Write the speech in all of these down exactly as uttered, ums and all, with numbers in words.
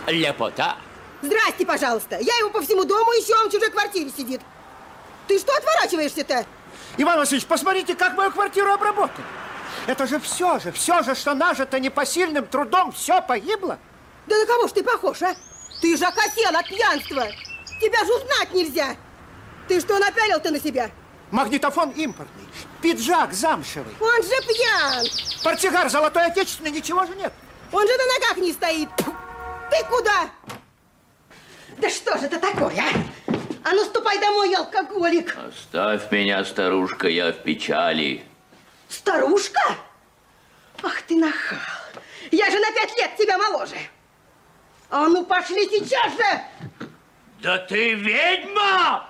лепота. Здрасте, пожалуйста. Я его по всему дому ищу, а он в чужой квартире сидит. Ты что отворачиваешься-то? Иван Васильевич, посмотрите, как мою квартиру обработали. Это же все же, все же, что нажито непосильным трудом, все погибло. Да на кого ж ты похож, а? Ты же окосел от пьянства. Тебя же узнать нельзя. Ты что напялил-то на себя? Магнитофон импортный, пиджак замшевый. Он же пьян. Портсигар золотой отечественный, ничего же нет. Он же на ногах не стоит. Ты куда? Да что же это такое, а? А ну ступай домой, алкоголик. Оставь меня, старушка, я в печали. Старушка? Ах ты нахал. Я же на пять лет тебя моложе. А ну пошли сейчас же. Да ты ведьма!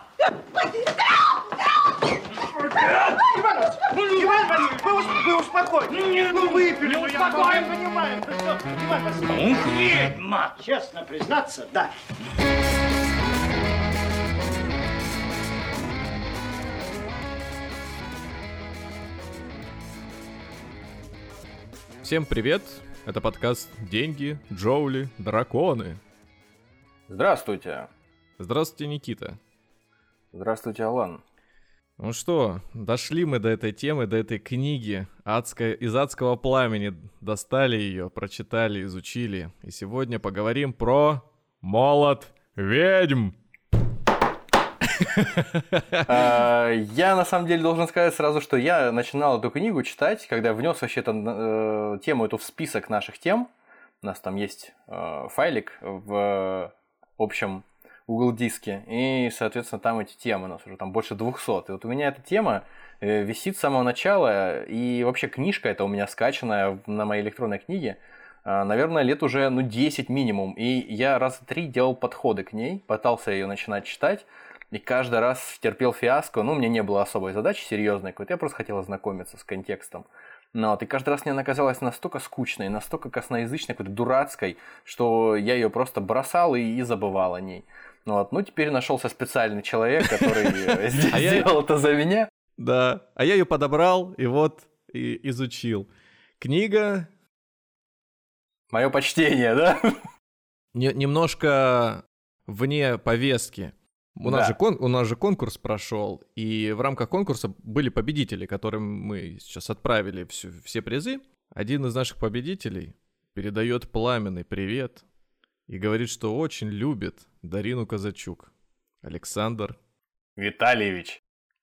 Иван Васильевич, вы успокойтесь. Ну, выпили, ну, я понимаю. Иван Васильевич. Ух, ведьма! Честно признаться, да. Всем привет! Это подкаст «Деньги, Джоули, драконы». Здравствуйте. Здравствуйте, Никита. Здравствуйте, Алан. Ну что, дошли мы до этой темы, до этой книги адская, из адского пламени. Достали ее, прочитали, изучили. И сегодня поговорим про молот ведьм. Я, на самом деле, должен сказать сразу, что я начинал эту книгу читать, когда внес вообще эту тему эту в список наших тем. У нас там есть файлик в общем Google диске, и, соответственно, там эти темы, у нас уже там больше двухсот. И вот у меня эта тема висит с самого начала, и вообще книжка эта у меня скачанная на моей электронной книге, наверное, лет уже, ну, десять минимум. И я раза три делал подходы к ней, пытался ее начинать читать, и каждый раз терпел фиаско. Ну, у меня не было особой задачи серьезной какой-то, я просто хотел ознакомиться с контекстом. Но вот, и каждый раз мне она казалась настолько скучной, настолько косноязычной, какой-то дурацкой, что я ее просто бросал и, и забывал о ней. Вот. Ну, теперь нашелся специальный человек, который сделал это за меня. Да, а я ее подобрал и вот и изучил. Книга... Мое почтение, да? Немножко вне повестки. У, да. нас же кон, у нас же конкурс прошел, и в рамках конкурса были победители, которым мы сейчас отправили всю, все призы. Один из наших победителей передает пламенный привет и говорит, что очень любит Дарину Казачук. Александр Витальевич.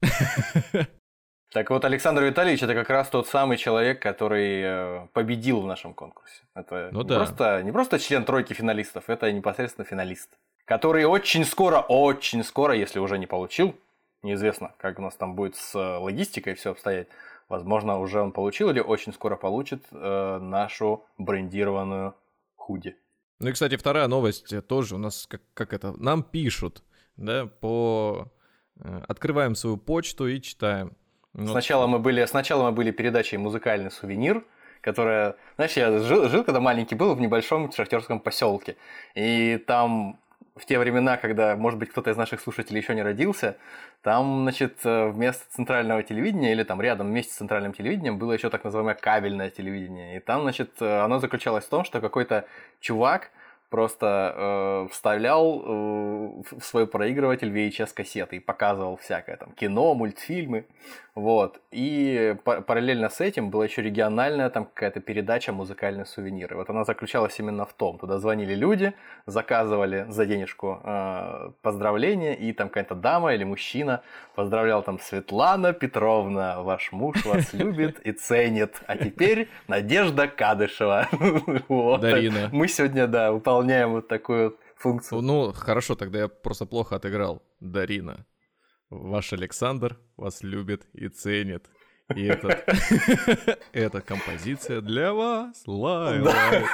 Так вот, Александр Витальевич — это как раз тот самый человек, который победил в нашем конкурсе. Это ну не, да. просто, не просто член тройки финалистов, это непосредственно финалист. Который очень скоро, очень скоро, если уже не получил, неизвестно, как у нас там будет с логистикой все обстоять, возможно, уже он получил или очень скоро получит э, нашу брендированную худи. Ну и, кстати, вторая новость тоже у нас, как, как это, нам пишут, да, по... Открываем свою почту и читаем. Сначала мы были, сначала мы были передачей «Музыкальный сувенир», которая, знаешь, я жил, жил, когда маленький был, в небольшом шахтерском поселке, и там... В те времена, когда, может быть, кто-то из наших слушателей еще не родился, там, значит, вместо центрального телевидения или там рядом вместе с центральным телевидением было еще так называемое кабельное телевидение. И там, значит, оно заключалось в том, что какой-то чувак просто э, вставлял э, в свой проигрыватель ви эйч эс-кассеты и показывал всякое, там, кино, мультфильмы, вот. И по- параллельно с этим была еще региональная там какая-то передача «Музыкальный сувенир». И вот она заключалась именно в том, туда звонили люди, заказывали за денежку э, поздравления, и там какая-то дама или мужчина поздравлял там: «Светлана Петровна, ваш муж вас любит и ценит, а теперь Надежда Кадышева». Дарина. Мы сегодня, да, выполняем Выполняем вот такую вот функцию. Ну, хорошо, тогда я просто плохо отыграл. Дарина, ваш Александр вас любит и ценит. И эта композиция для вас. Лай, лай.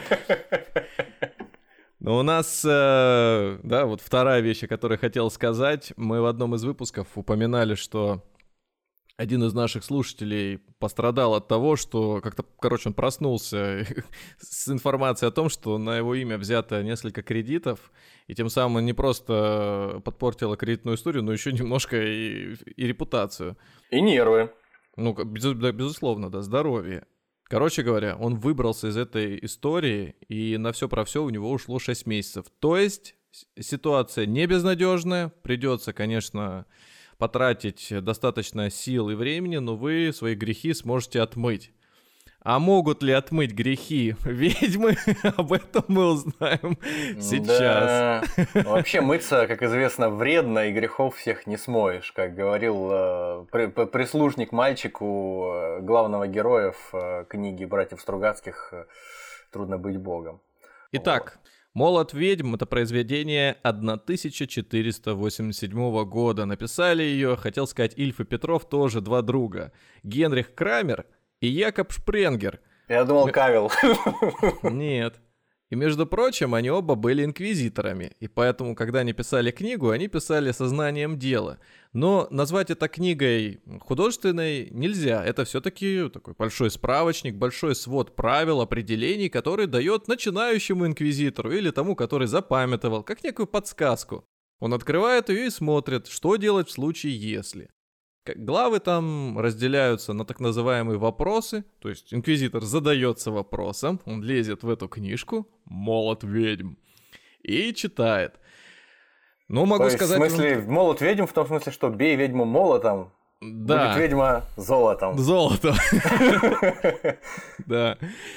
Но у нас, да, вот вторая вещь, о которой хотел сказать. Мы в одном из выпусков упоминали, что один из наших слушателей пострадал от того, что как-то, короче, он проснулся с информацией о том, что на его имя взято несколько кредитов, и тем самым он не просто подпортил кредитную историю, но еще немножко и, и репутацию. И нервы. Ну, без, да, безусловно, да, здоровье. Короче говоря, он выбрался из этой истории, и на все про все у него ушло шесть месяцев. То есть ситуация не безнадежная, придется, конечно, потратить достаточно сил и времени, но вы свои грехи сможете отмыть. А могут ли отмыть грехи ведьмы? Об этом мы узнаем сейчас. Да. Вообще мыться, как известно, вредно, и грехов всех не смоешь. Как говорил э, при, прислужник мальчику э, главного героя в э, книге братьев Стругацких э, «Трудно быть богом». Итак, «Молот ведьм» — это произведение тысяча четыреста восемьдесят седьмого года. Написали ее, хотел сказать, Ильф и Петров, тоже два друга. Генрих Крамер и Якоб Шпренгер. Я думал, Кавел. Нет. И, между прочим, они оба были инквизиторами, и поэтому, когда они писали книгу, они писали сознанием дела. Но назвать это книгой художественной нельзя. Это все-таки такой большой справочник, большой свод правил, определений, который дает начинающему инквизитору или тому, который запамятовал, как некую подсказку. Он открывает ее и смотрит, что делать в случае «если». Главы там разделяются на так называемые вопросы, то есть инквизитор задается вопросом, он лезет в эту книжку «Молот ведьм» и читает. Но могу то есть, сказать... в смысле, он... молот ведьм в том смысле, что бей ведьму молотом, да. Будет ведьма золотом. Золотом. Да.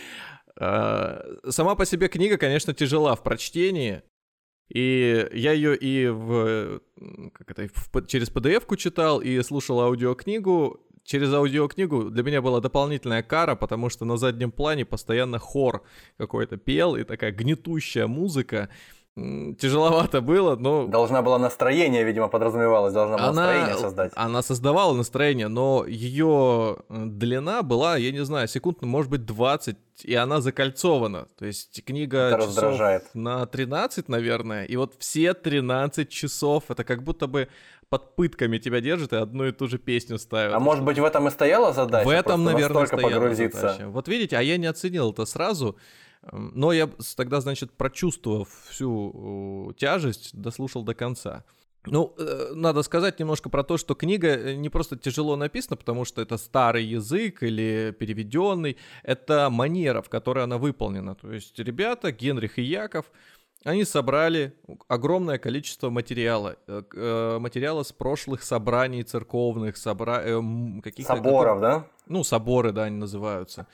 Сама по себе книга, конечно, тяжела в прочтении. И я ее и в, как это, в, через пи ди эф-ку читал, и слушал аудиокнигу. Через аудиокнигу для меня была дополнительная кара, потому что на заднем плане постоянно хор какой-то пел, и такая гнетущая музыка. Тяжеловато было, но... Должна была настроение, видимо, подразумевалось, должна была она, настроение создать. Она создавала настроение, но ее длина была, я не знаю, секунд, может быть, двадцать, и она закольцована. То есть книга это часов раздражает. На тринадцать, наверное, и вот все тринадцать часов, это как будто бы под пытками тебя держат и одну и ту же песню ставят. А может быть, в этом и стояла задача? В этом, наверное, стояла погрузиться. задача. Вот видите, а я не оценил это сразу. Но я тогда, значит, прочувствовав всю тяжесть, дослушал до конца. Ну, надо сказать немножко про то, что книга не просто тяжело написана, потому что это старый язык или переведенный, это манера, в которой она выполнена. То есть ребята, Генрих и Яков, они собрали огромное количество материала, материала с прошлых собраний церковных, собра... каких-то... Соборов, да? Ну, соборы, да, они называются.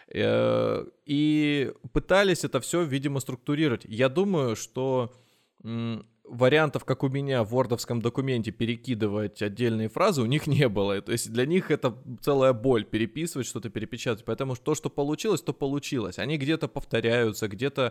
И пытались это все, видимо, структурировать. Я думаю, что м, вариантов, как у меня в вордовском документе перекидывать отдельные фразы, у них не было. То есть для них это целая боль переписывать, что-то перепечатать. Поэтому то, что получилось, то получилось. Они где-то повторяются, где-то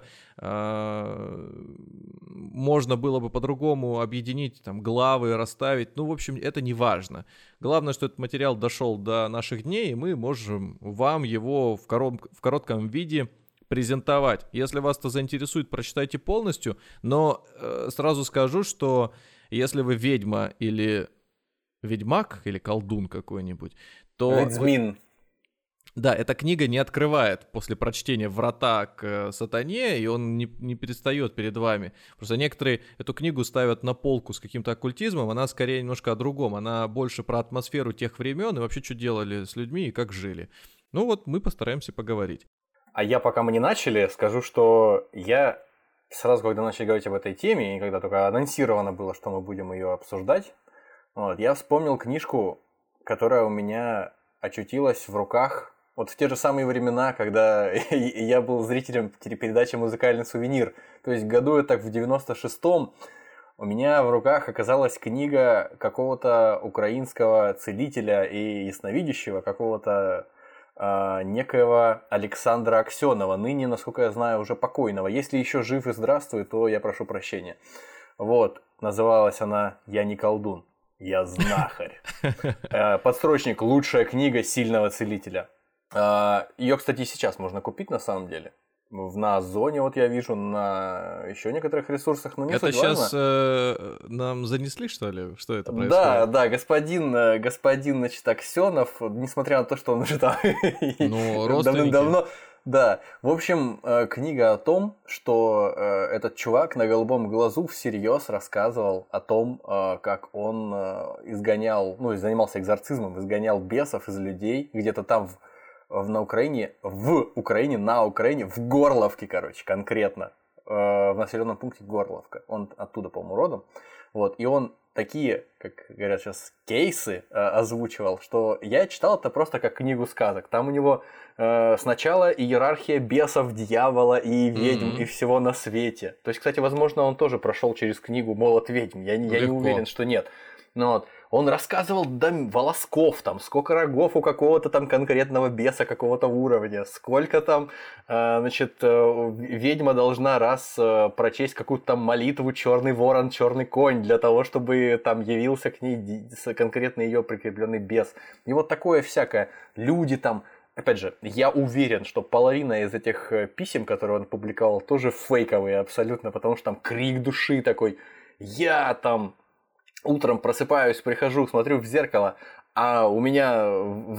э, можно было бы по-другому объединить там, главы, расставить. Ну, в общем, это не важно. Главное, что этот материал дошел до наших дней, и мы можем вам его в, корот... в коротком виде презентовать. Если вас это заинтересует, прочитайте полностью, но э, сразу скажу, что если вы ведьма или ведьмак, или колдун какой-нибудь, то... Ведьмин. Вы... Да, эта книга не открывает после прочтения врата к сатане, и он не, не перестает перед вами. Просто некоторые эту книгу ставят на полку с каким-то оккультизмом, она скорее немножко о другом, она больше про атмосферу тех времен и вообще, что делали с людьми и как жили. Ну вот, мы постараемся поговорить. А я, пока мы не начали, скажу, что я сразу, когда начали говорить об этой теме, и когда только анонсировано было, что мы будем ее обсуждать, вот, я вспомнил книжку, которая у меня очутилась в руках вот в те же самые времена, когда я был зрителем телепередачи «Музыкальный сувенир». То есть году так в девяносто шестом у меня в руках оказалась книга какого-то украинского целителя и ясновидящего, какого-то э, некоего Александра Аксенова, ныне, насколько я знаю, уже покойного. Если еще жив и здравствует, то я прошу прощения. Вот, называлась она «Я не колдун, я знахарь». Подстрочник «Лучшая книга сильного целителя». Ее, кстати, сейчас можно купить на самом деле. На Озоне, вот я вижу, на еще некоторых ресурсах, но не это суть важно. сейчас э, нам занесли, что ли? Что это происходит? Да, да, господин, господин, значит, Аксенов, несмотря на то, что он уже там ну, давным-давно... Да, в общем, книга о том, что этот чувак на голубом глазу всерьез рассказывал о том, как он изгонял, ну, занимался экзорцизмом, изгонял бесов из людей, где-то там в в, на Украине, в Украине, на Украине, в Горловке, короче, конкретно. Э, в населенном пункте Горловка. Он оттуда, по-моему, родом. Вот, и он такие, как говорят сейчас, кейсы э, озвучивал, что я читал это просто как книгу сказок. Там у него э, сначала иерархия бесов, дьявола и ведьм, mm-hmm. и всего на свете. То есть, кстати, возможно, он тоже прошел через книгу «Молот ведьм». Я, я не уверен, что нет. Но вот, он рассказывал до волосков, там, сколько рогов у какого-то там конкретного беса какого-то уровня, сколько там, э, значит, э, ведьма должна раз э, прочесть какую-то там молитву «Черный ворон, черный конь» для того, чтобы там явился к ней конкретно ее прикрепленный бес. И вот такое всякое. Люди там, опять же, я уверен, что половина из этих писем, которые он публиковал, тоже фейковые абсолютно, потому что там крик души такой «Я там...» Утром просыпаюсь, прихожу, смотрю в зеркало, а у меня в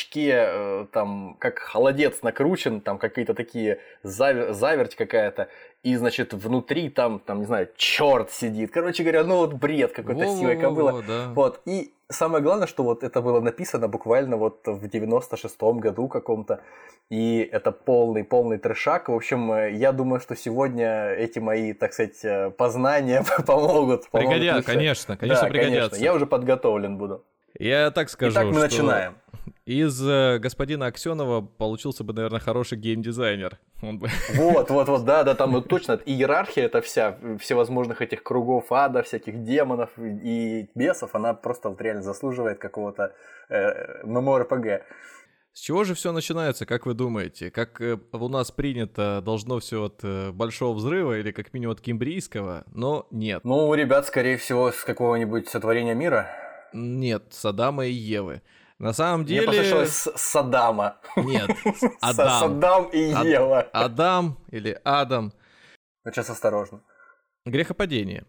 зрачке там как холодец накручен, там какие-то такие завер- заверть какая-то, и, значит, внутри там, там, не знаю, черт сидит. Короче говоря, ну вот бред какой-то силой кобыла. Да. Вот. И самое главное, что вот это было написано буквально вот в девяносто шестом году каком-то, и это полный-полный трешак. В общем, я думаю, что сегодня эти мои, так сказать, познания помогут. Пригодятся, конечно, конечно, да, пригодятся. Конечно. Я уже подготовлен буду. Я так скажу, Итак, мы что начинаем. Из э, господина Аксенова получился бы, наверное, хороший геймдизайнер. Он бы... Вот, вот, вот, да, да, там вот точно иерархия это вся, всевозможных этих кругов ада, всяких демонов и бесов, она просто вот реально заслуживает какого-то э, эм эм о эр пи джи. С чего же все начинается, как вы думаете? Как э, у нас принято, должно все от э, Большого Взрыва или как минимум от Кимбрийского, но нет. Ну, у ребят, скорее всего, с какого-нибудь сотворения мира. Нет, с Адама и Евы. На самом деле... Мне послышалось с Саддама. Нет, Адам. Саддам и Ева. Адам или Адам. Ну, сейчас осторожно. Грехопадение.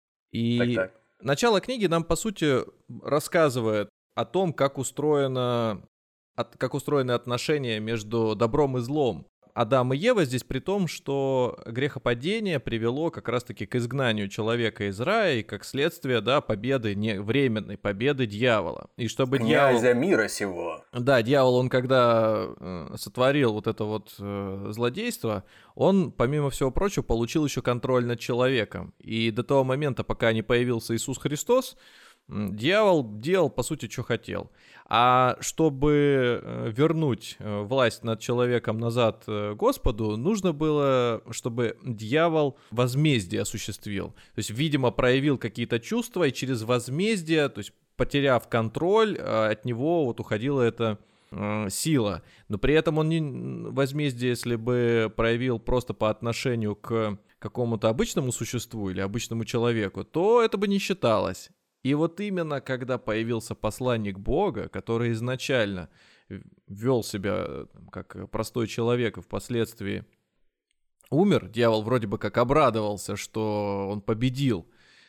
И так, так. начало книги нам, по сути, рассказывает о том, как устроено, от, как устроены отношения между добром и злом. Адам и Ева здесь при том, что грехопадение привело как раз-таки к изгнанию человека из рая и, как следствие, да, победы, не, временной победы дьявола. И чтобы Князя дьявол... мира сего. Да, дьявол, он когда э, сотворил вот это вот э, злодейство, он, помимо всего прочего, получил еще контроль над человеком. И до того момента, пока не появился Иисус Христос, дьявол делал, по сути, что хотел. А чтобы вернуть власть над человеком назад Господу, нужно было, чтобы дьявол возмездие осуществил. То есть, видимо, проявил какие-то чувства, и через возмездие, то есть, потеряв контроль, от него вот уходила эта э, сила. Но при этом он не возмездие, если бы проявил просто по отношению к какому-то обычному существу или обычному человеку, то это бы не считалось. И вот именно когда появился посланник Бога, который изначально вел себя как простой человек и впоследствии умер, дьявол вроде бы как обрадовался, что он победил,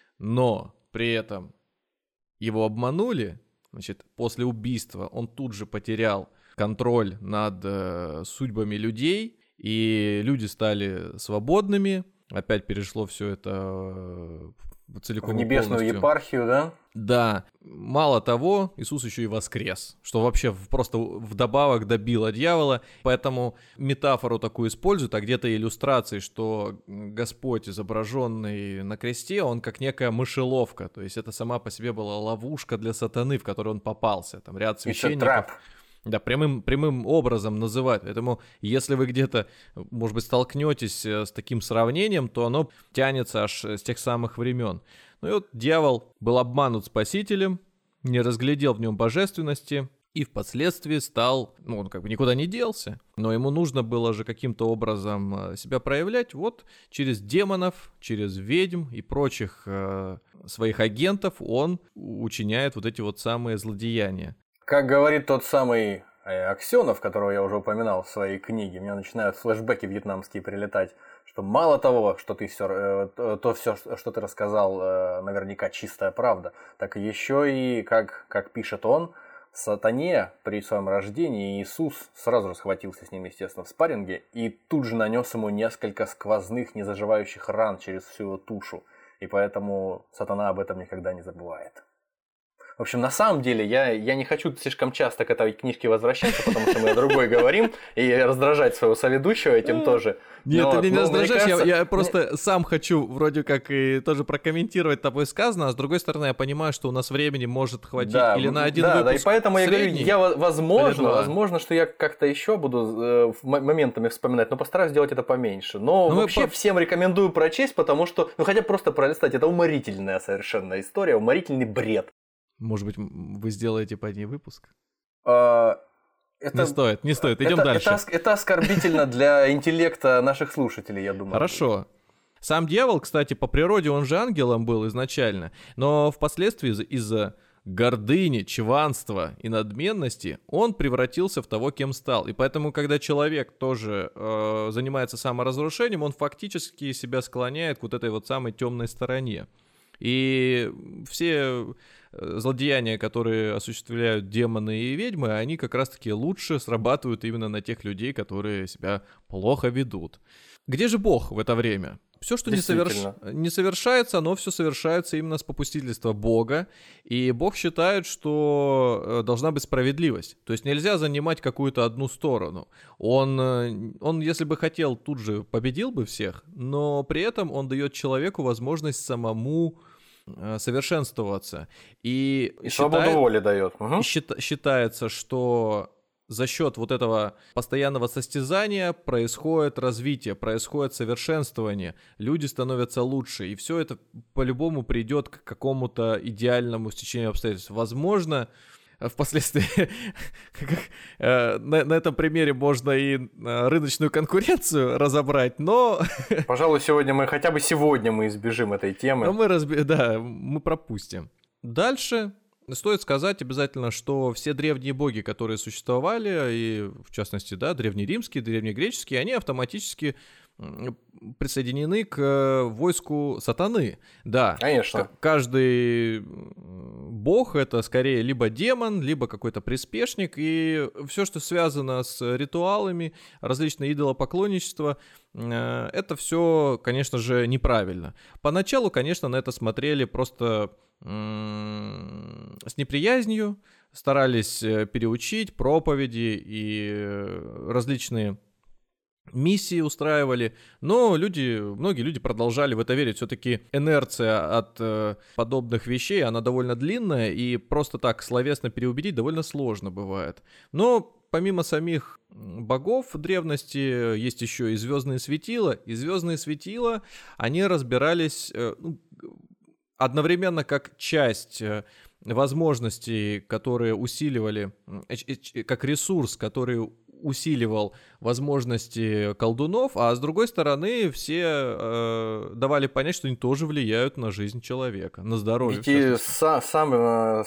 но при этом его обманули, значит, после убийства он тут же потерял контроль над э, судьбами людей, и люди стали свободными, опять перешло все это э, целиком в небесную полностью. епархию, да? Да. Мало того, Иисус еще и воскрес, что вообще просто вдобавок добило дьявола. Поэтому метафору такую используют, а где-то иллюстрации, что Господь, изображенный на кресте, он как некая мышеловка. То есть это сама по себе была ловушка для сатаны, в которую он попался. Там ряд священников... Да, прямым, прямым образом называют. Поэтому, если вы где-то, может быть, столкнетесь с таким сравнением, то оно тянется аж с тех самых времен. Ну и вот дьявол был обманут Спасителем, не разглядел в нем божественности и впоследствии стал, ну, он как бы никуда не делся, но ему нужно было же каким-то образом себя проявлять вот через демонов, через ведьм и прочих э, своих агентов он учиняет вот эти вот самые злодеяния. Как говорит тот самый Аксенов, которого я уже упоминал в своей книге, мне начинают флешбеки вьетнамские прилетать, что мало того, что ты все, то все, что ты рассказал, наверняка чистая правда, так еще и, как, как пишет он, сатане при своем рождении Иисус сразу схватился с ним, естественно, в спарринге и тут же нанес ему несколько сквозных, незаживающих ран через всю его тушу, и поэтому сатана об этом никогда не забывает. В общем, на самом деле, я, я не хочу слишком часто к этой книжке возвращаться, потому что мы о другой говорим, и раздражать своего соведущего этим тоже. Нет, Но, ты меня не ну, раздражаешь, кажется, я, я просто сам хочу вроде как и тоже прокомментировать тобой сказано, а с другой стороны я понимаю, что у нас времени может хватить да, или на один да, выпуск да, и поэтому я говорю, средний, я, возможно, два. возможно, что я как-то еще буду э, моментами вспоминать, но постараюсь сделать это поменьше. Но ну, вообще по... всем рекомендую прочесть, потому что, ну хотя бы просто пролистать, это уморительная совершенно история, уморительный бред. Может быть, вы сделаете по ней выпуск? А, это... Не стоит, не стоит, идем это, дальше. Это, это оскорбительно для интеллекта наших слушателей, я думаю. Хорошо. Сам дьявол, кстати, по природе он же ангелом был изначально, но впоследствии из- из-за гордыни, чванства и надменности он превратился в того, кем стал. И поэтому, когда человек тоже э, занимается саморазрушением, он фактически себя склоняет к вот этой вот самой темной стороне. И все злодеяния, которые осуществляют демоны и ведьмы, они как раз-таки лучше срабатывают именно на тех людей, которые себя плохо ведут. Где же Бог в это время? Все, что не, соверш... не совершается, оно все совершается именно с попустительства Бога. И Бог считает, что должна быть справедливость. То есть нельзя занимать какую-то одну сторону. Он, он, если бы хотел, тут же победил бы всех, но при этом он дает человеку возможность самому совершенствоваться. И, и считает... свободу воли дает. Угу. Счит... Считается, что за счет вот этого постоянного состязания происходит развитие, происходит совершенствование, люди становятся лучше, и все это по-любому придет к какому-то идеальному стечению обстоятельств. Возможно, впоследствии на этом примере можно и рыночную конкуренцию разобрать, но... Пожалуй, сегодня мы, хотя бы сегодня мы избежим этой темы. Но мы, разби... да, мы пропустим. Дальше... Стоит сказать обязательно, что все древние боги, которые существовали, и в частности, да, древнеримские, древнегреческие, они автоматически присоединены к войску сатаны. Да, конечно. К- каждый бог — это скорее либо демон, либо какой-то приспешник, и все, что связано с ритуалами, различные идолопоклонничества, это все, конечно же, неправильно. Поначалу, конечно, на это смотрели просто с неприязнью, старались переучить проповеди и различные миссии устраивали, но люди, многие люди продолжали в это верить. Все-таки инерция от э, подобных вещей, она довольно длинная, и просто так словесно переубедить довольно сложно бывает. Но помимо самих богов древности есть еще и звездные светила, и звездные светила, они разбирались э, ну, одновременно как часть возможностей, которые усиливали, как ресурс, который усиливал возможности колдунов, а с другой стороны все э, давали понять, что они тоже влияют на жизнь человека, на здоровье. Ведь и са- сам э,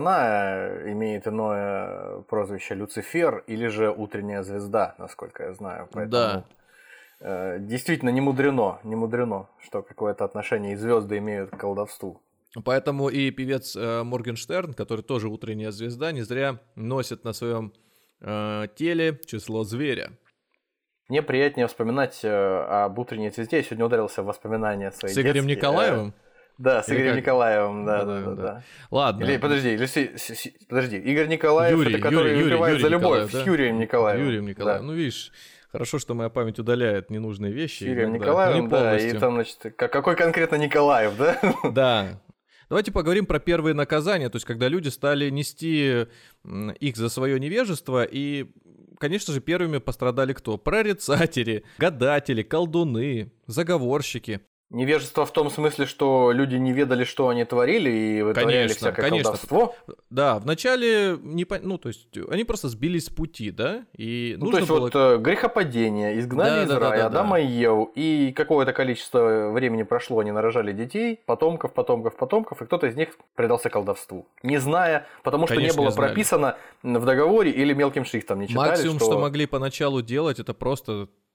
сатана имеет иное прозвище Люцифер или же утренняя звезда, насколько я знаю. Поэтому... Да. Действительно, не мудрено, не мудрено, что какое-то отношение и звезды имеют к колдовству. Поэтому и певец э, Моргенштерн, который тоже утренняя звезда, не зря носит на своем э, теле число зверя. Мне приятнее вспоминать э, об утренней звезде. Я сегодня ударился в воспоминания свои С Игорем детские. Николаевым? Да, с Или Игорем как? Николаевым, да, Да, да, да, да. да. да. Ладно. Или, подожди, или, с- с- подожди, Игорь Николаев, Юрий, это который Юрий, выпивает Юрий за любовь Николаев, да? с Юрием Николаевым. Юрием Николаевым. Да. Ну, видишь, хорошо, что моя память удаляет ненужные вещи. С Юрием иногда. Николаевым, Не да, полностью. и там, значит, как- какой конкретно Николаев, да? Да. Давайте поговорим про первые наказания, то есть когда люди стали нести их за свое невежество, и, конечно же, первыми пострадали кто? Прорицатели, гадатели, колдуны, заговорщики. Невежество в том смысле, что люди не ведали, что они творили, и вытворяли Конечно, всякое конечно. колдовство. Да, вначале, не пон- ну, то есть, они просто сбились с пути, да, и Ну, нужно то есть, было... вот э, грехопадение, изгнали Да, из да, да, рая да, Адама и Еву, и какое-то количество времени прошло, они нарожали детей, потомков, потомков, потомков, и кто-то из них предался колдовству. Не зная, потому что Конечно, не было не знали. прописано в договоре или мелким шрифтом не читали, Максимум, что... что... могли поначалу делать, это просто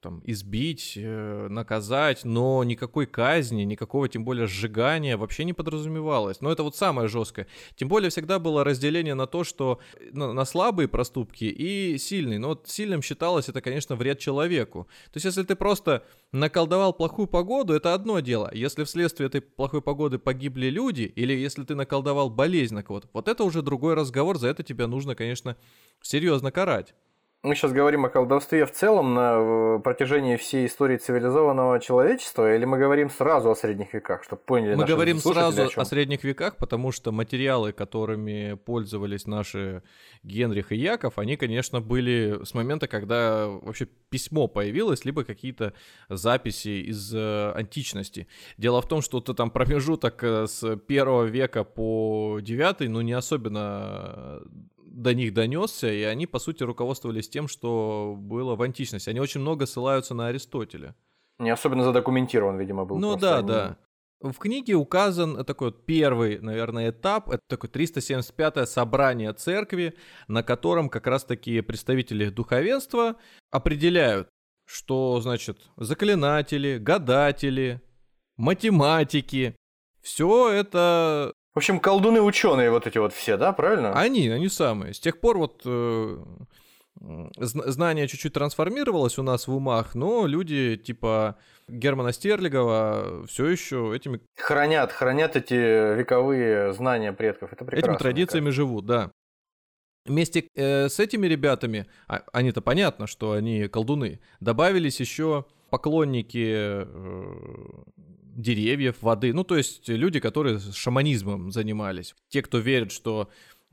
там, избить, э, наказать, но никакой казни, никакого, тем более, сжигания вообще не подразумевалось. Но это вот самое жесткое. Тем более всегда было разделение на то, что на, на слабые проступки и сильные. Но вот сильным считалось это, конечно, вред человеку. То есть если ты просто наколдовал плохую погоду, это одно дело. Если вследствие этой плохой погоды погибли люди, или если ты наколдовал болезнь на кого-то, вот это уже другой разговор, за это тебя нужно, конечно, серьезно карать. Мы сейчас говорим о колдовстве в целом на протяжении всей истории цивилизованного человечества, или мы говорим сразу о средних веках, чтобы поняли Мы наши говорим слушатели, сразу о о средних веках, потому что материалы, которыми пользовались наши Генрих и Яков, они, конечно, были с момента, когда вообще письмо появилось, либо какие-то записи из э, античности. Дело в том, что ты там промежуток с первого века по девятый, ну, не особенно до них донесся, и они, по сути, руководствовались тем, что было в античности. Они очень много ссылаются на Аристотеля. Не особенно задокументирован, видимо, был. Ну да, они... да. В книге указан такой вот первый, наверное, этап, это такое триста семьдесят пятое собрание церкви, на котором как раз-таки представители духовенства определяют, что, значит, заклинатели, гадатели, математики, все это... В общем, колдуны-ученые вот эти вот все, да, правильно? Они, они самые. С тех пор вот э, знание чуть-чуть трансформировалось у нас в умах, но люди типа Германа Стерлигова все еще этими... Хранят, хранят эти вековые знания предков. Это прекрасно. Этими традициями живут, да. Вместе э, с этими ребятами, а, они-то понятно, что они колдуны, добавились еще поклонники э, деревьев, воды, ну то есть люди, которые шаманизмом занимались. Те, кто верит, что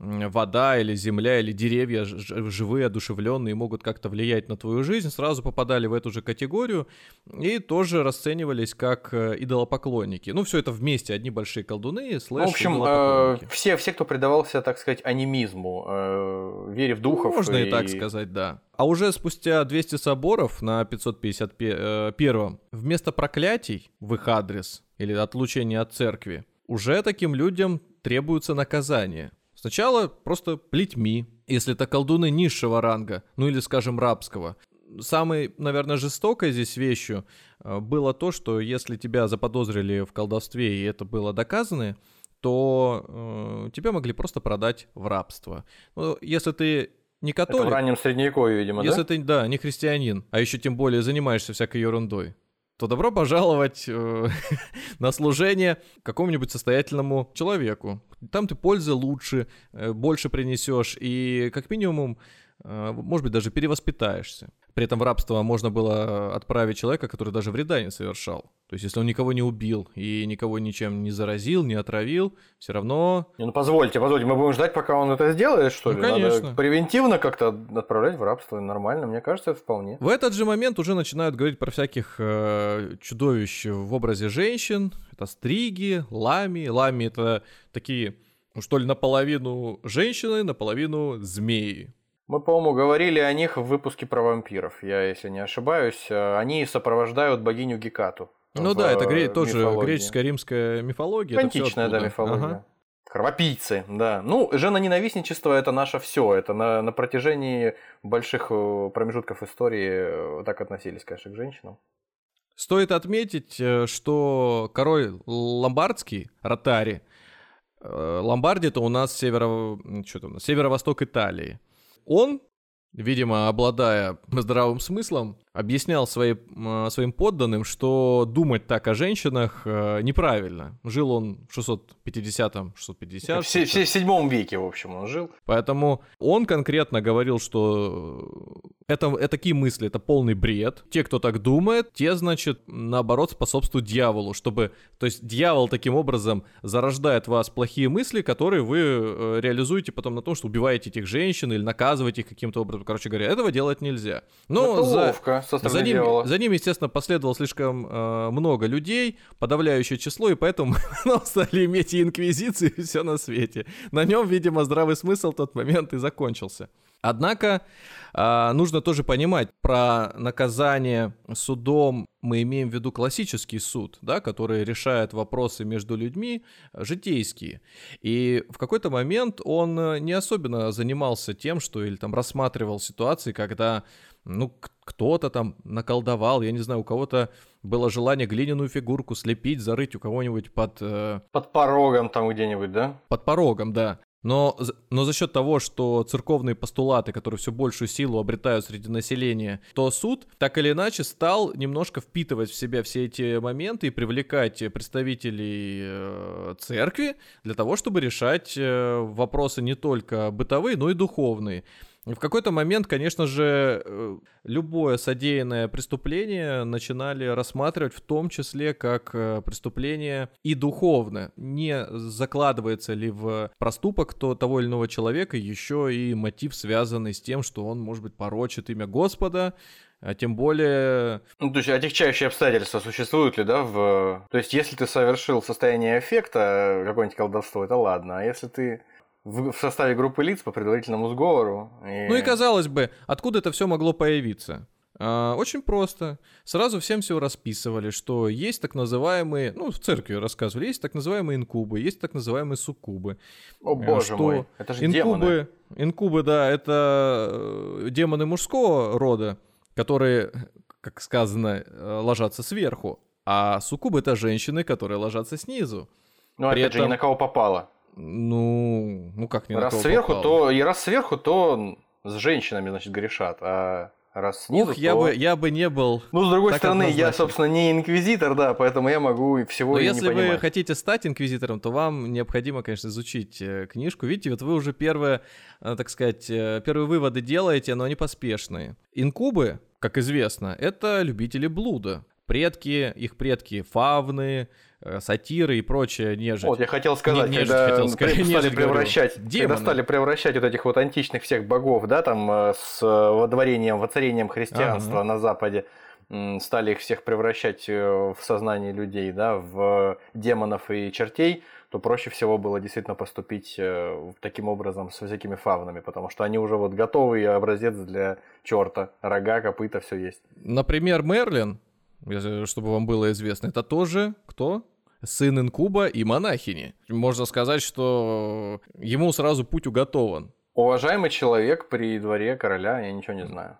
вода или земля или деревья живые, одушевленные, могут как-то влиять на твою жизнь, сразу попадали в эту же категорию и тоже расценивались как идолопоклонники. Ну все это вместе, одни большие колдуны, слэш в общем, идолопоклонники. Э, все, все, кто предавался, так сказать, анимизму, э, вере в духов. Можно и... и так и сказать, да. А уже спустя двести соборов на пятьсот пятьдесят первом вместо проклятий в их адрес или отлучения от церкви уже таким людям требуется наказание. Сначала просто плетьми, если это колдуны низшего ранга, ну или, скажем, рабского. Самой, наверное, жестокой здесь вещью было то, что если тебя заподозрили в колдовстве и это было доказано, то э, тебя могли просто продать в рабство. Ну, если ты не католик... Это в раннем средневековье, видимо, если да? Если ты, да, не христианин, а еще тем более занимаешься всякой ерундой, то добро пожаловать э, на служение какому-нибудь состоятельному человеку. Там ты пользы лучше, э, больше принесешь и как минимум, э, может быть, даже перевоспитаешься. При этом в рабство можно было отправить человека, который даже вреда не совершал. То есть если он никого не убил и никого ничем не заразил, не отравил, все равно... Ну позвольте, позвольте, мы будем ждать, пока он это сделает, что ну, ли? конечно. Надо превентивно как-то отправлять в рабство, нормально, мне кажется, это вполне. В этот же момент уже начинают говорить про всяких э, чудовищ в образе женщин. Это стриги, лами. Лами — это такие, ну что ли, наполовину женщины, наполовину змеи. Мы, по-моему, говорили о них в выпуске про вампиров, я, если не ошибаюсь. Они сопровождают богиню Гекату. Ну да, это гре- тоже греческая, римская мифология. Античная, да, мифология. Ага. Кровопийцы, да. Ну, женоненавистничество — это наше все. Это на, на протяжении больших промежутков истории так относились, конечно, к женщинам. Стоит отметить, что король ломбардский, Ротари, Ломбардия — это у нас северо... что там, северо-восток Италии. Он, видимо, обладая здравым смыслом, объяснял свои, своим подданным, что думать так о женщинах неправильно. Жил он в шестьсот пятидесятом, шестьсот пятидесятом. В, в, в седьмом веке, в общем, он жил. Поэтому он конкретно говорил, что это, это такие мысли, это полный бред. Те, кто так думает, те, значит, наоборот, способствуют дьяволу, чтобы... То есть дьявол таким образом зарождает в вас плохие мысли, которые вы реализуете потом на том, что убиваете этих женщин или наказываете их каким-то образом. Короче говоря, этого делать нельзя. Но это за... ловко. За ним, за ним, естественно, последовало слишком э, много людей, подавляющее число, и поэтому мы стали иметь и инквизицию, и все на свете. На нем, видимо, здравый смысл в тот момент и закончился. Однако э, нужно тоже понимать, про наказание судом мы имеем в виду классический суд, да, который решает вопросы между людьми, житейские. И в какой-то момент он не особенно занимался тем, что или там рассматривал ситуации, когда ну, к- кто-то там наколдовал, я не знаю, у кого-то было желание глиняную фигурку слепить, зарыть у кого-нибудь под, э, Под порогом там где-нибудь, да? под порогом, да. Но, за- но за счет того, что церковные постулаты, которые все большую силу обретают среди населения, то суд так или иначе стал немножко впитывать в себя все эти моменты и привлекать представителей э, церкви для того, чтобы решать э, вопросы не только бытовые, но и духовные. В какой-то момент, конечно же, э, любое содеянное преступление начинали рассматривать в том числе как э, преступление и духовное. Не закладывается ли в проступок то, того или иного человека еще и мотив, связанный с тем, что он, может быть, порочит имя Господа, а тем более... Ну, то есть отягчающие обстоятельства существуют ли, да? В... То есть если ты совершил состояние эффекта, какое-нибудь колдовство, это ладно. А если ты в в составе группы лиц по предварительному сговору... И... Ну и казалось бы, откуда это все могло появиться? А, очень просто. Сразу всем все расписывали, что есть так называемые, ну, в церкви рассказывали, есть так называемые инкубы, есть так называемые суккубы. О, А, боже что мой, это же инкубы, демоны. инкубы, да, это э, демоны мужского рода, которые, как сказано, э, ложатся сверху, а суккубы — это женщины, которые ложатся снизу. Ну, При опять же, ни этом- на кого попало. Ну, ну как не на Раз кого сверху, попало. то... И раз сверху, то с женщинами, значит, грешат. А раз снизу, Ух, я то... бы, я бы не был. Ну, с другой так стороны, я, однозначен. собственно, не инквизитор, да, поэтому я могу и всего Но и если не вы понимать. хотите стать инквизитором, то вам необходимо, конечно, изучить э, книжку. Видите, вот вы уже первые, э, так сказать, э, первые выводы делаете, но они поспешные. Инкубы, как известно, это любители блуда. Предки, их предки фавны, э, сатиры и прочая нежить. Вот, я хотел сказать, Не- нежить когда хотел сказать, при- стали нежить говорю. превращать, когда Демоны. стали превращать вот этих вот античных всех богов, да, там э, с э, водворением, воцарением христианства Ага. на Западе, м, стали их всех превращать э, в сознание людей, да, в демонов и чертей, то проще всего было действительно поступить э, таким образом со всякими фавнами, потому что они уже вот готовый образец для черта, рога, копыта, все есть. Например, Мерлин, если- чтобы вам было известно, это тоже кто? Сын инкуба и монахини. Можно сказать, что ему сразу путь уготован. Уважаемый человек при дворе короля, я ничего не знаю.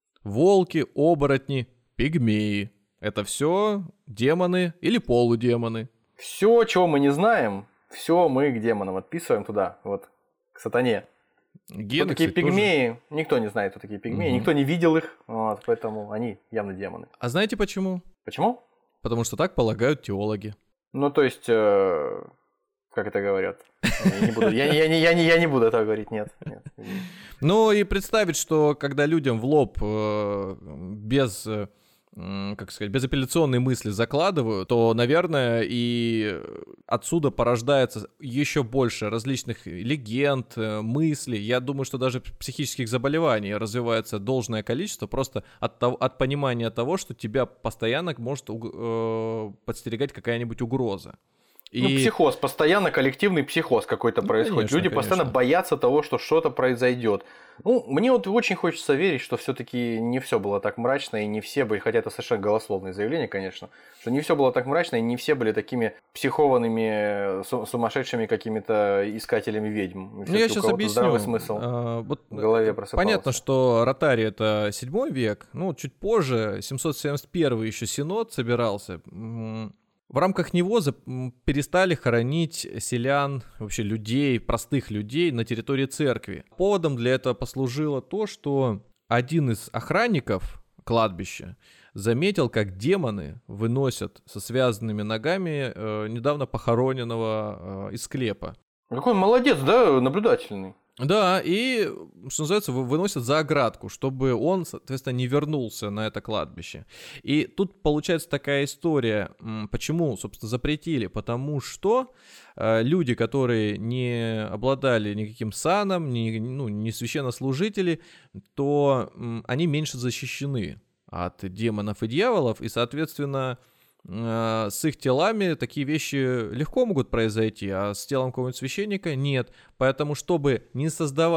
Волки, оборотни, пигмеи. Это все демоны или полудемоны. Все, чего мы не знаем, все мы к демонам отписываем туда, вот, к сатане. Гены, Кто такие кстати, тоже. пигмеи? Никто не знает, кто такие пигмеи, Мгм. никто не видел их, вот, поэтому они явно демоны. А знаете почему? Почему? Потому что так полагают теологи. Ну, то есть, э, как это говорят? Я не буду, я, я не- я не- я не буду это говорить, нет. нет. Ну и представить, что когда людям в лоб э, без, э, м, как сказать, безапелляционные мысли закладывают, то, наверное, и отсюда порождается еще больше различных легенд, э, мыслей. Я думаю, что даже психических заболеваний развивается должное количество просто от, того, от понимания того, что тебя постоянно может уг- э, подстерегать какая-нибудь угроза. Ну, психоз, постоянно коллективный психоз какой-то Ну, происходит. конечно, Люди постоянно конечно. боятся того, что что-то произойдет. Ну, мне вот очень хочется верить, что все-таки не все было так мрачно, и не все были, хотя это совершенно голословное заявление, конечно, что не все было так мрачно, и не все были такими психованными, су- сумасшедшими какими-то искателями ведьм. И Ну, я всё-таки у сейчас кого-то объясню. здравый смысл А, вот, в голове просыпался. понятно, что Ротари — это седьмой век, ну, чуть позже, семьсот семьдесят первый еще Синод собирался. М, В рамках него за- м, перестали хоронить селян, вообще людей, простых людей на территории церкви. Поводом для этого послужило то, что один из охранников кладбища заметил, как демоны выносят со связанными ногами э, недавно похороненного э, из склепа. Какой он молодец, да, наблюдательный. Да, и, что называется, вы- выносят за оградку, чтобы он, соответственно, не вернулся на это кладбище. И тут получается такая история, м, почему, собственно, запретили, потому что э, люди, которые не обладали никаким саном, не, ну, не священнослужители, то м, они меньше защищены от демонов и дьяволов, и, соответственно, э, с их телами такие вещи легко могут произойти, а с телом какого-нибудь священника нет. Поэтому, чтобы не создавать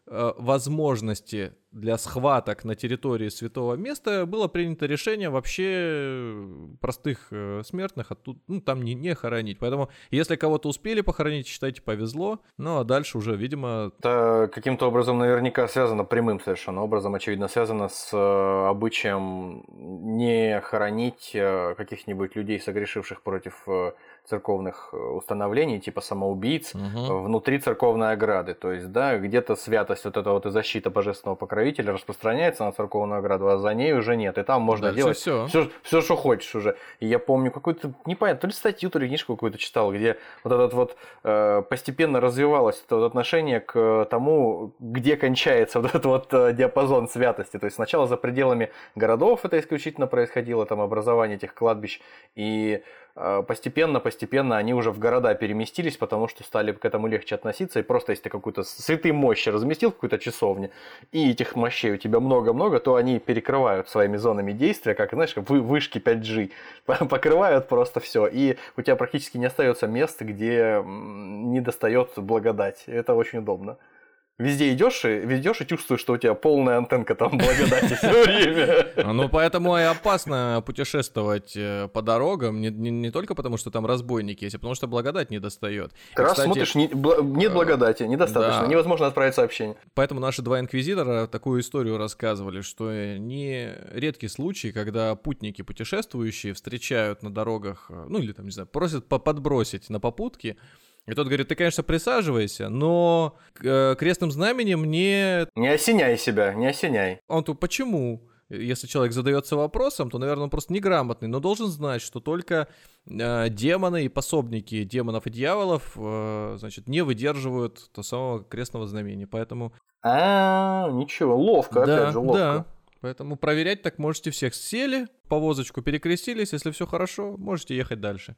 э, возможности для схваток на территории святого места было принято решение вообще простых э, смертных оттуда, ну, там не, не хоронить. Поэтому, если кого-то успели похоронить, считайте, повезло. Ну, а дальше уже, видимо... Это каким-то образом наверняка связано, прямым совершенно образом, очевидно, связано с э, обычаем не хоронить э, каких-нибудь людей, согрешивших против э, церковных установлений, типа самоубийц, угу. внутри церковной ограды. То есть, да, где-то святость вот эта вот и защита божественного покровителя распространяется на церковную ограду, а за ней уже нет. И там можно дальше делать все. Все, все, что хочешь уже. И я помню какую-то, непонятно, то ли статью, то ли книжку какую-то читал, где вот этот вот э, постепенно развивалось это вот отношение к тому, где кончается вот этот вот э, диапазон святости. То есть сначала за пределами городов это исключительно происходило, там образование этих кладбищ, и постепенно-постепенно они уже в города переместились, потому что стали к этому легче относиться, и просто если ты какую-то святые мощи разместил в какой-то часовне, и этих мощей у тебя много-много, то они перекрывают своими зонами действия, как, знаешь, как вышки пять джи, покрывают просто все, и у тебя практически не остается места, где не достает благодать. Это очень удобно. Везде идешь и, идешь и чувствуешь, что у тебя полная антенка там благодати все время. Ну, поэтому и опасно путешествовать по дорогам, не, не, не только потому, что там разбойники есть, а потому что благодать не достает. Ты раз смотришь, не, бл- нет благодати, недостаточно, да. невозможно отправить сообщение. Поэтому наши два инквизитора такую историю рассказывали, что не редкий случай, когда путники, путешествующие, встречают на дорогах, ну или там, не знаю, просят подбросить на попутки. И тот говорит, ты, конечно, присаживайся, но э, крестным знаменем не... Не осеняй себя, не осеняй. Он тут, почему? Если человек задается вопросом, то, наверное, он просто неграмотный, но должен знать, что только э, демоны и пособники демонов и дьяволов, э, значит, не выдерживают того самого крестного знамения, поэтому... А, ничего, ловко, да, опять же, ловко. Да. Поэтому проверять так можете всех. Сели, повозочку перекрестились, если все хорошо, можете ехать дальше.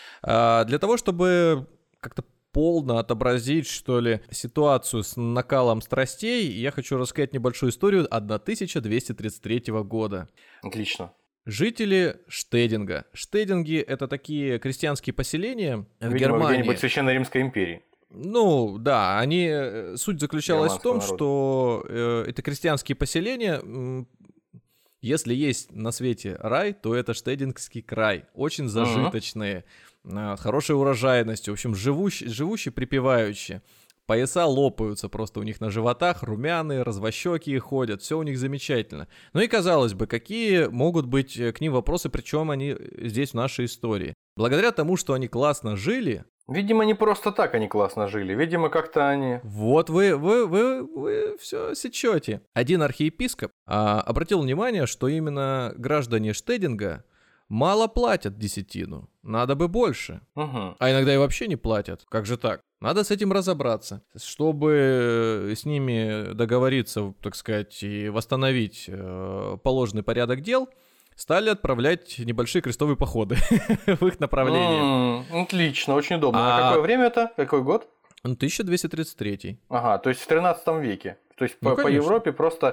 А, для того, чтобы... как-то полно отобразить, что ли, ситуацию с накалом страстей, я хочу рассказать небольшую историю тысяча двести тридцать третьего года. Отлично. Жители Штединга. Штединги — это такие крестьянские поселения в Видимо, Германии. где-нибудь в Священной Римской империи. Ну, да, они... Суть заключалась в том, народа. что э, это крестьянские поселения... М- Если есть на свете рай, то это Штедингский край. Очень зажиточные, uh-huh. хорошей урожайностью, в общем, живущие, живущие припеваючи. Пояса лопаются просто у них на животах, румяные, развощёкие ходят, все у них замечательно. Ну и казалось бы, какие могут быть к ним вопросы, причем они здесь в нашей истории. Благодаря тому, что они классно жили... Видимо, не просто так они классно жили, видимо, как-то они... Вот вы, вы, вы, вы все сечете. Один архиепископ а, обратил внимание, что именно граждане Штединга мало платят десятину. Надо бы больше. Угу. А иногда и вообще не платят. Как же так? Надо с этим разобраться. Чтобы с ними договориться, так сказать, и восстановить э, положенный порядок дел, стали отправлять небольшие крестовые походы в их направлении. Mm, отлично, очень удобно. А, а какое время это? Какой год? тысяча двести тридцать третий. Ага, то есть в тринадцатом веке. То есть ну, по, по Европе просто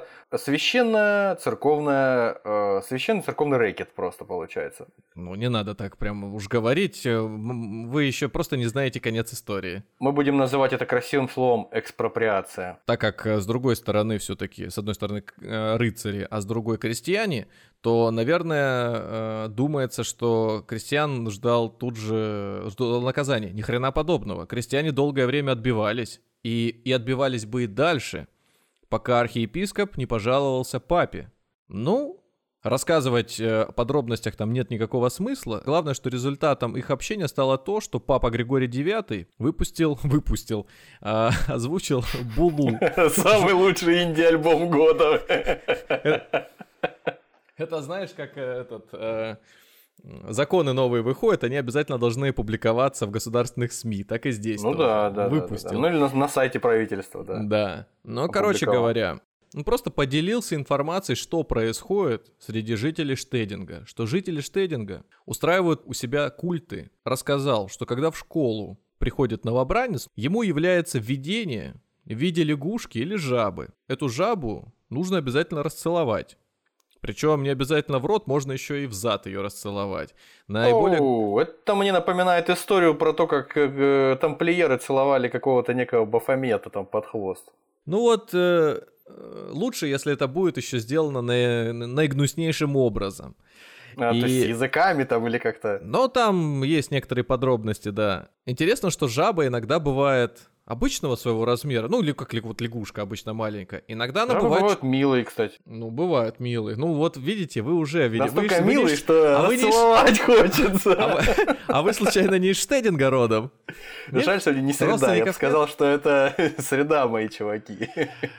священно-церковная, э, священно-церковный рэкет просто получается. Ну, не надо так прям уж говорить. Вы еще просто не знаете конец истории. Мы будем называть это красивым словом экспроприация. Так как с другой стороны все-таки, с одной стороны рыцари, а с другой крестьяне, то, наверное, думается, что крестьян ждал тут же ждал наказания. Ни хрена подобного. Крестьяне долгое время отбивались. И, и отбивались бы и дальше, пока архиепископ не пожаловался папе. Ну, рассказывать о подробностях там нет никакого смысла. Главное, что результатом их общения стало то, что папа Григорий девятый выпустил, выпустил, а, озвучил буллу. Самый лучший инди-альбом года. Это знаешь, как этот... Законы новые выходят, они обязательно должны публиковаться в государственных СМИ, так и здесь. Ну тоже. да, да, выпустил. Да, да. Ну или на, на сайте правительства, да. Да, но, короче говоря, он просто поделился информацией, что происходит среди жителей Штединга, что жители Штединга устраивают у себя культы. Рассказал, что когда в школу приходит новобранец, ему является видение в виде лягушки или жабы. Эту жабу нужно обязательно расцеловать. Причем не обязательно в рот, можно еще и в зад ее расцеловать. Наиболее... О, это мне напоминает историю про то, как э, тамплиеры целовали какого-то некого Бафомета там под хвост. Ну вот, э, лучше, если это будет еще сделано на, наигнуснейшим образом. А, и... то есть с языками там или как-то... Но там есть некоторые подробности, да. Интересно, что жаба иногда бывает обычного своего размера, ну, или как вот лягушка обычно маленькая. Иногда она жабы бывает... бывают милые, кстати. Ну, бывают милые. Ну, вот видите, вы уже... Настолько вы, милые, вы, что а расцеловать не... хочется. А вы, а вы, случайно, не из Штединга родом? Ну, жаль, что не среда. Я бы сказал, что это среда, мои чуваки.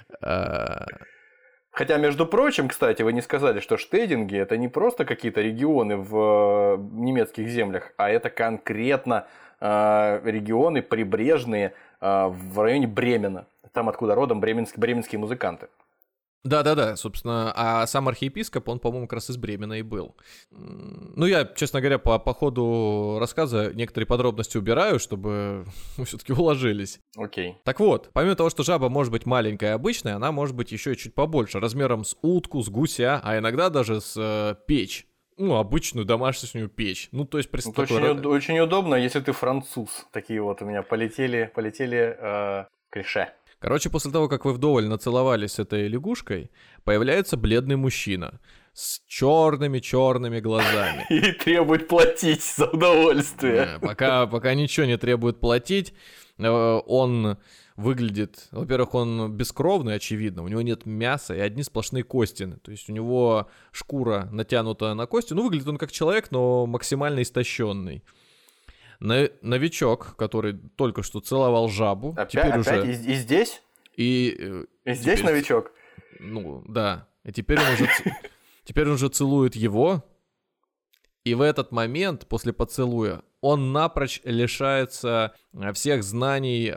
Хотя, между прочим, кстати, вы не сказали, что Штединги — это не просто какие-то регионы в немецких землях, а это конкретно э, регионы прибрежные э, в районе Бремена. Там, откуда родом бременские, бременские музыканты. Да-да-да, собственно, а сам архиепископ, он, по-моему, как раз из Бремена и был. Ну, я, честно говоря, по, по ходу рассказа некоторые подробности убираю, чтобы мы все-таки уложились. Окей. Так вот, помимо того, что жаба может быть маленькая и обычная, она может быть еще и чуть побольше, размером с утку, с гуся, а иногда даже с э, печь. Ну, обычную домашнюю печь. Ну, то есть, это такой... очень, очень удобно, если ты француз. Такие вот у меня полетели, полетели э, клише. Короче, после того, как вы вдоволь нацеловались с этой лягушкой, появляется бледный мужчина с черными-черными глазами. И требует платить за удовольствие. Пока, пока ничего не требует платить, он выглядит... Во-первых, он бескровный, очевидно, у него нет мяса и одни сплошные кости. То есть у него шкура натянута на кости. Ну, выглядит он как человек, но максимально истощенный. Новичок, который только что целовал жабу. Опять, теперь опять? уже... И, и здесь? И, и здесь теперь... новичок? Ну, да. И теперь он уже... Теперь он уже целует его. И в этот момент, после поцелуя, он напрочь лишается всех знаний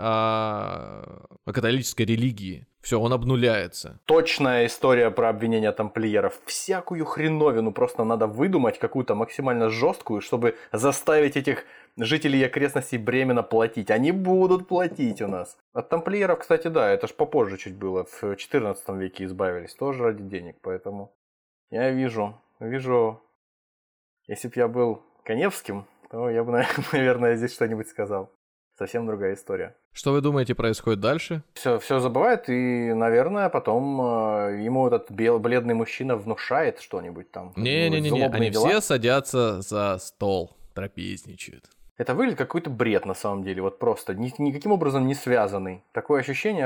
о, о католической религии. Все, он обнуляется. Точная история про обвинение тамплиеров. Всякую хреновину просто надо выдумать, какую-то максимально жесткую, чтобы заставить этих жителей окрестностей Бремена платить. Они будут платить у нас. От тамплиеров, кстати, да, это ж попозже чуть было. В четырнадцатом веке избавились. Тоже ради денег, поэтому я вижу, вижу... Если бы я был Каневским, то я бы, наверное, здесь что-нибудь сказал. Совсем другая история. Что вы думаете происходит дальше? Все, все забывает, и, наверное, потом э, ему этот бел, бледный мужчина внушает что-нибудь там. Не-не-не, они дела. Все садятся за стол, трапезничают. Это выглядит как какой-то бред, на самом деле, вот просто, ни, никаким образом не связанный. Такое ощущение,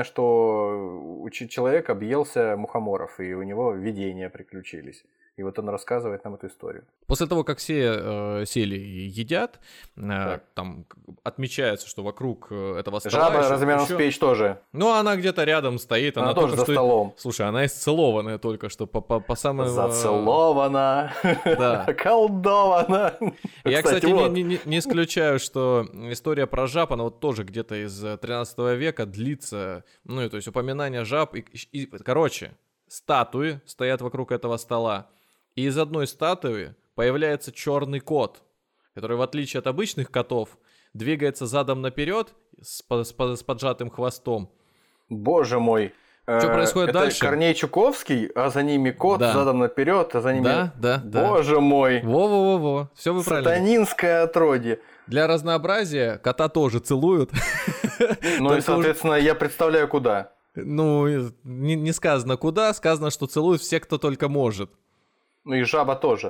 что человек объелся мухоморов, и у него видения приключились. И вот он рассказывает нам эту историю. После того, как все э, сели и едят, э, там отмечается, что вокруг этого стола... Жаба размером еще... с печь тоже. Ну, она где-то рядом стоит. Она, она тоже за что... столом. Слушай, она исцелованная только что по, по, по самому... Зацелована. Да. Околдована. Я, кстати, кстати вот. не, не, не исключаю, что история про жаб, она вот тоже где-то из тринадцатого века длится. Ну, то есть упоминание жаб. И, и, короче, статуи стоят вокруг этого стола. И из одной статуи появляется черный кот, который, в отличие от обычных котов, двигается задом наперед с, с, с поджатым хвостом. Боже мой. Что происходит это дальше? Корней Чуковский, а за ними кот, да. задом наперед, а за ними... Да, да, да. Боже мой. Во-во-во-во. Все вы правильно. Сатанинское отродье. Для разнообразия кота тоже целуют. Ну и, соответственно, я представляю, куда. Ну, не, не сказано куда, сказано, что целуют все, кто только может. Ну и жаба тоже.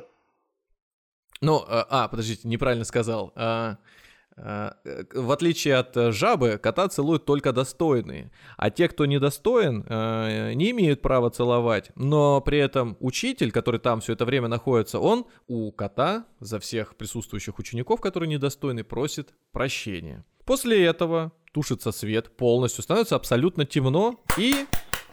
Ну, а, подождите, неправильно сказал. А, а, в отличие от жабы, кота целуют только достойные. А те, кто недостоин, а, не имеют права целовать. Но при этом учитель, который там все это время находится, он у кота за всех присутствующих учеников, которые недостойны, просит прощения. После этого тушится свет полностью, становится абсолютно темно и...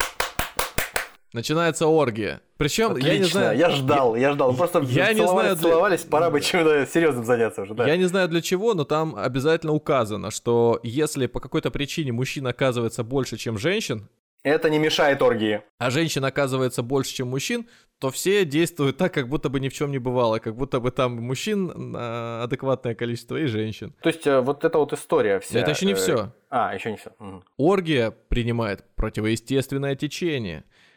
Начинается оргия. Причем, отлично, я не знаю... я ждал, я ждал. Просто я не знаю, для... целовались, пора бы чем-то серьезным заняться уже. Да. Я не знаю для чего, но там обязательно указано, что если по какой-то причине мужчин оказывается больше, чем женщин... Это не мешает оргии. А женщин оказывается больше, чем мужчин, то все действуют так, как будто бы ни в чем не бывало. Как будто бы там мужчин адекватное количество и женщин. То есть вот эта вот история вся... Это еще не все. А, еще не все. Угу. Оргия принимает противоестественное течение.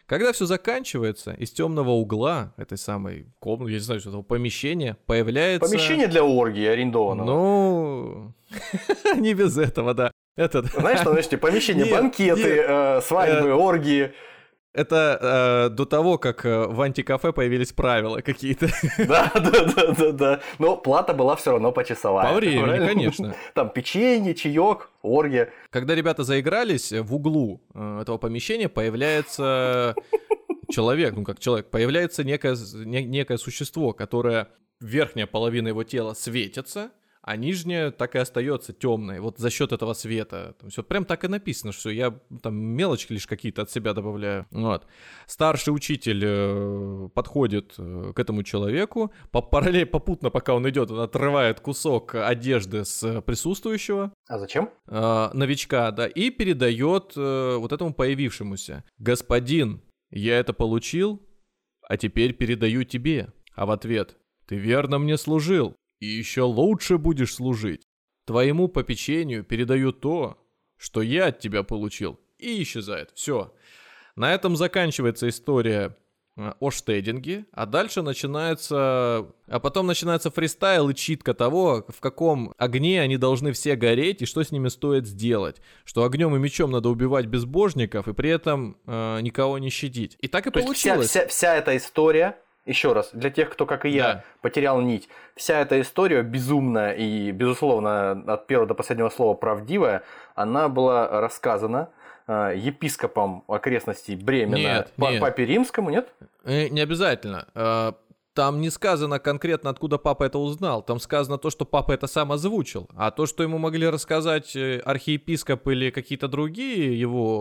Когда все заканчивается, из темного угла этой самой комнаты, я не знаю, что этого помещения, появляется... Помещение для оргии арендованного. Ну, не без этого, да. Этот... Знаешь, что значит помещение, Нет, банкеты, нет. э, свадьбы, Э, оргии. Это э, до того, как э, в антикафе появились правила какие-то. Да, да, да, да, да. Но плата была все равно почасовая. По времени, правильно? конечно. Там печенье, чаек, оргия. Когда ребята заигрались, в углу э, этого помещения появляется человек, ну как человек, появляется некое, не- некое существо, которое верхняя половина его тела светится, а нижняя так и остается темной. Вот за счет этого света. Там все прям так и написано, что я там мелочки лишь какие-то от себя добавляю. Вот. Старший учитель э, подходит э, к этому человеку, по параллель, попутно, пока он идет, он отрывает кусок одежды с присутствующего. А зачем? Э, новичка, да, и передает э, вот этому появившемуся. Господин, я это получил, а теперь передаю тебе. А в ответ, ты верно мне служил, и еще лучше будешь служить. Твоему попечению передаю то, что я от тебя получил, и исчезает. Все. На этом заканчивается история э, о штединге, а дальше начинается... А потом начинается фристайл и читка того, в каком огне они должны все гореть и что с ними стоит сделать. Что огнем и мечом надо убивать безбожников и при этом э, никого не щадить. И так и То есть вся, получилось. вся, вся эта история, еще раз, для тех, кто, как и я, Да. потерял нить, вся эта история безумная и, безусловно, от первого до последнего слова правдивая, она была рассказана э, епископом окрестностей Бремена, Нет, па- нет. папе римскому, нет? Э, Не обязательно. Э, Там не сказано конкретно, откуда папа это узнал. Там сказано то, что папа это сам озвучил. А то, что ему могли рассказать э, архиепископ или какие-то другие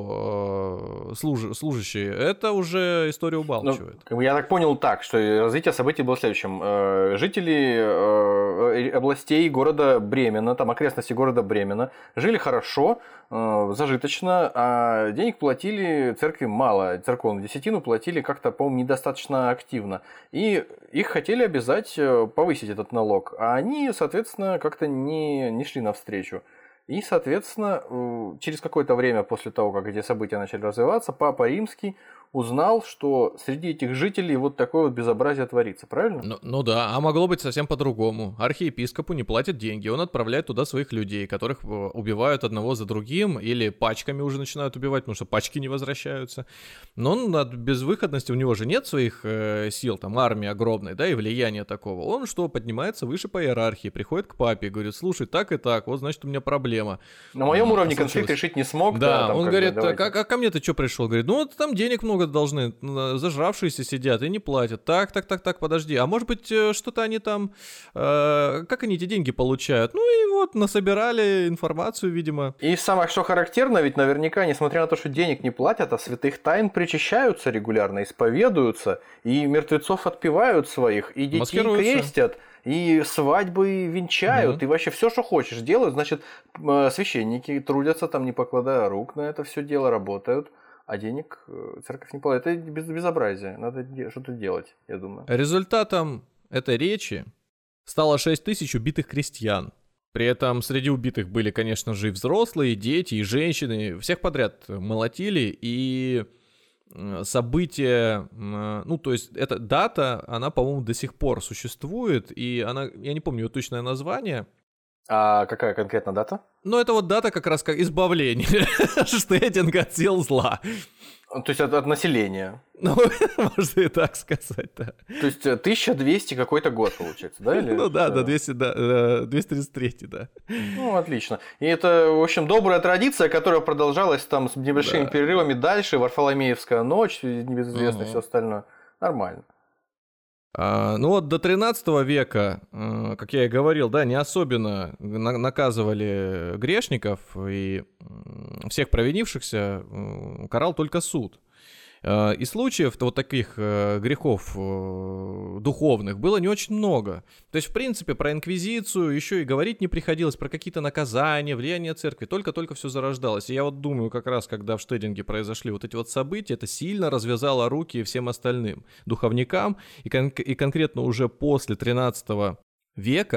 его э, служ- служащие, это уже история Ну, убалчивает. как бы я так понял так, что развитие событий было следующим. Э, Жители э, областей города Бремена, там окрестности города Бремена, жили хорошо, э, зажиточно, а денег платили церкви мало. Церковную десятину платили как-то, по-моему, недостаточно активно. И их хотели обязать э, повысить этот налог, а они, соответственно, как-то не, не шли навстречу. И, соответственно, э, через какое-то время после того, как эти события начали развиваться, Папа Римский узнал, что среди этих жителей вот такое вот безобразие творится, правильно? Ну, ну да, а могло быть совсем по-другому. Архиепископу не платят деньги, он отправляет туда своих людей, которых э, убивают одного за другим, или пачками уже начинают убивать, потому что пачки не возвращаются. Но он от безвыходности, у него же нет своих э, сил, там армии огромной, да, и влияния такого. Он что, поднимается выше по иерархии, приходит к папе и говорит, слушай, так и так, вот значит у меня проблема. На моем уровне случилось. конфликт решить не смог. Да, там он как бы, говорит, давайте. а, а ко мне ты что пришел? Говорит, ну вот там денег много должны, ну, зажравшиеся сидят и не платят. Так, так, так, так, подожди, а может быть э, что-то они там, э, как они эти деньги получают? Ну и вот насобирали информацию, видимо. И самое что характерно, ведь наверняка, несмотря на то, что денег не платят, а святых тайн причащаются регулярно, исповедуются, и мертвецов отпевают своих, и детей Маскируются. крестят, и свадьбы венчают, Мгм. и вообще все, что хочешь делают. Значит, э, священники трудятся там, не покладая рук на это все дело, работают, а денег э, церковь не платит. Это без- безобразие, надо де- что-то делать, я думаю. Результатом этой речи стало шесть тысяч убитых крестьян. При этом среди убитых были, конечно же, и взрослые, и дети, и женщины. Всех подряд молотили, и э, события, э, ну, то есть эта дата, она, по-моему, до сих пор существует, и она, я не помню ее точное название, А какая конкретно дата? но это вот дата как раз как избавление Штединга от сил зла. То есть от, от населения. Ну, можно и так сказать, да. То есть э, тысяча двести какой-то год, получается, да? Или Ну да, что? да, двести, да, э, двести тридцать третий, да. Ну, отлично. И это, в общем, добрая традиция, которая продолжалась там с небольшими Да. перерывами дальше, Варфоломеевская ночь, небезызвестно Мгм. все остальное. Нормально. А, ну вот до тринадцатого века, э, как я и говорил, да, не особенно на- наказывали грешников, и м, всех провинившихся м, карал только суд. Э, И случаев вот таких э, грехов э, духовных было не очень много. То есть, в принципе, про инквизицию еще и говорить не приходилось, про какие-то наказания, влияние церкви. Только-только все зарождалось. И я вот думаю, как раз, когда в Штединге произошли вот эти вот события, это сильно развязало руки всем остальным духовникам. И, кон- и конкретно уже после тринадцатого века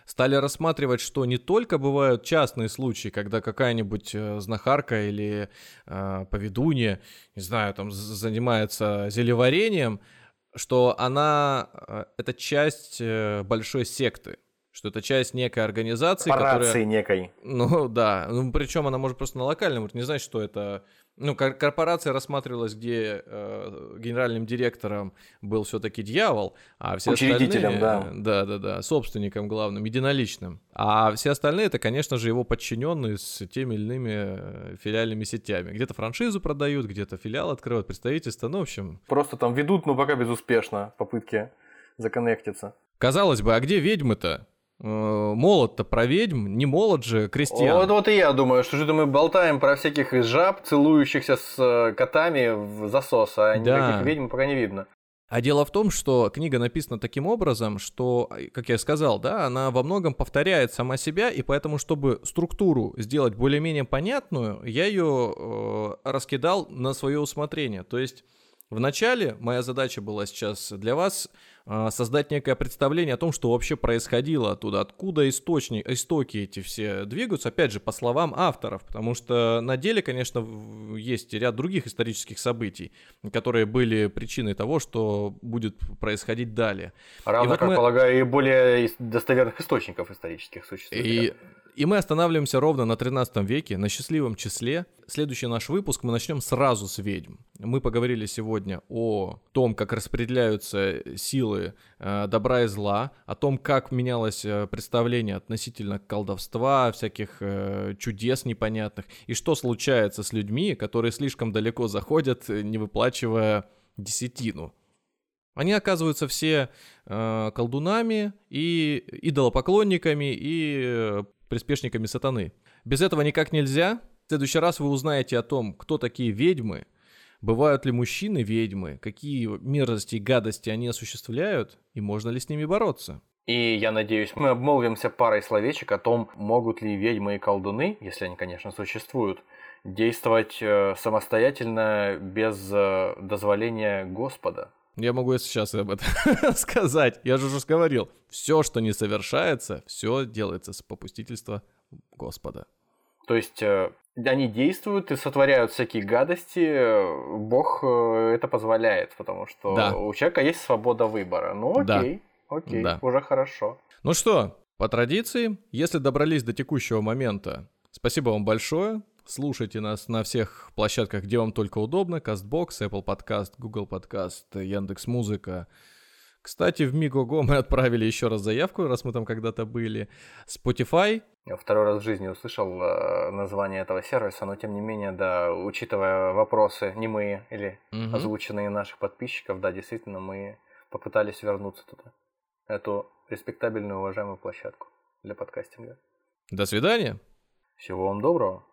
стали рассматривать, что не только бывают частные случаи, когда какая-нибудь э, знахарка или э, поведунья, не знаю, там з- занимается зелеварением, что она э, это часть э, большой секты, что это часть некой организации, Корпорации которая... некой. Ну да, ну причем она может просто на локальном, не знать, что это... Ну, кор- корпорация рассматривалась, где э, генеральным директором был все-таки дьявол, а все Учредителем, остальные... да. Да, да, да, собственником главным, единоличным. А все остальные это, конечно же, его подчиненные с теми или иными э, филиальными сетями. Где-то франшизу продают, где-то филиал открывают, представительство, ну, в общем... Просто там ведут, но пока безуспешно попытки законнектиться. Казалось бы, а где ведьмы-то? Э, Молот-то про ведьм, не молот же крестьян. Вот, вот и я думаю, что что-то мы болтаем про всяких жаб, целующихся с э, котами в засос, а Да. никаких ведьм пока не видно. А дело в том, что книга написана таким образом, что, как я сказал, да, она во многом повторяет сама себя, и поэтому, чтобы структуру сделать более-менее понятную, я ее э, раскидал на свое усмотрение. То есть вначале моя задача была сейчас для вас э, создать некое представление о том, что вообще происходило оттуда, откуда источник, истоки эти все двигаются, опять же, по словам авторов, потому что на деле, конечно, в- есть ряд других исторических событий, которые были причиной того, что будет происходить далее. Равно, вот как мы- полагаю, и более ис- достоверных источников исторических существует. И, и мы останавливаемся ровно на тринадцатом веке, на счастливом числе. Следующий наш выпуск мы начнем сразу с ведьм. Мы поговорили сегодня о том, как распределяются силы э, добра и зла, о том, как менялось э, представление относительно колдовства, всяких э, чудес непонятных, и что случается с людьми, которые слишком далеко заходят, э, не выплачивая десятину. Они оказываются все э, колдунами и идолопоклонниками и э, приспешниками сатаны. Без этого никак нельзя. В следующий раз вы узнаете о том, кто такие ведьмы, бывают ли мужчины ведьмы, какие мерзости и гадости они осуществляют, и можно ли с ними бороться. И я надеюсь, мы обмолвимся парой словечек о том, могут ли ведьмы и колдуны, если они, конечно, существуют, действовать э, самостоятельно без э, дозволения Господа. Я могу и сейчас об этом сказать. Я же уже говорил, все, что не совершается, все делается с попустительства Господа. То есть э, они действуют и сотворяют всякие гадости, э, Бог э, это позволяет, потому что Да. у человека есть свобода выбора. Ну Да. окей, окей, Да. уже хорошо. Ну что, по традиции, если добрались до текущего момента, спасибо вам большое. Слушайте нас на всех площадках, где вам только удобно. CastBox, Apple Podcast, Google Podcast, Яндекс.Музыка. Кстати, в Мигого мы отправили еще раз заявку, раз мы там когда-то были. Spotify. Я второй раз в жизни услышал э, название этого сервиса, но тем не менее, да, учитывая вопросы немые или Мгм. озвученные наших подписчиков, да, действительно, мы попытались вернуться туда. Эту респектабельную, уважаемую площадку для подкастинга. До свидания. Всего вам доброго.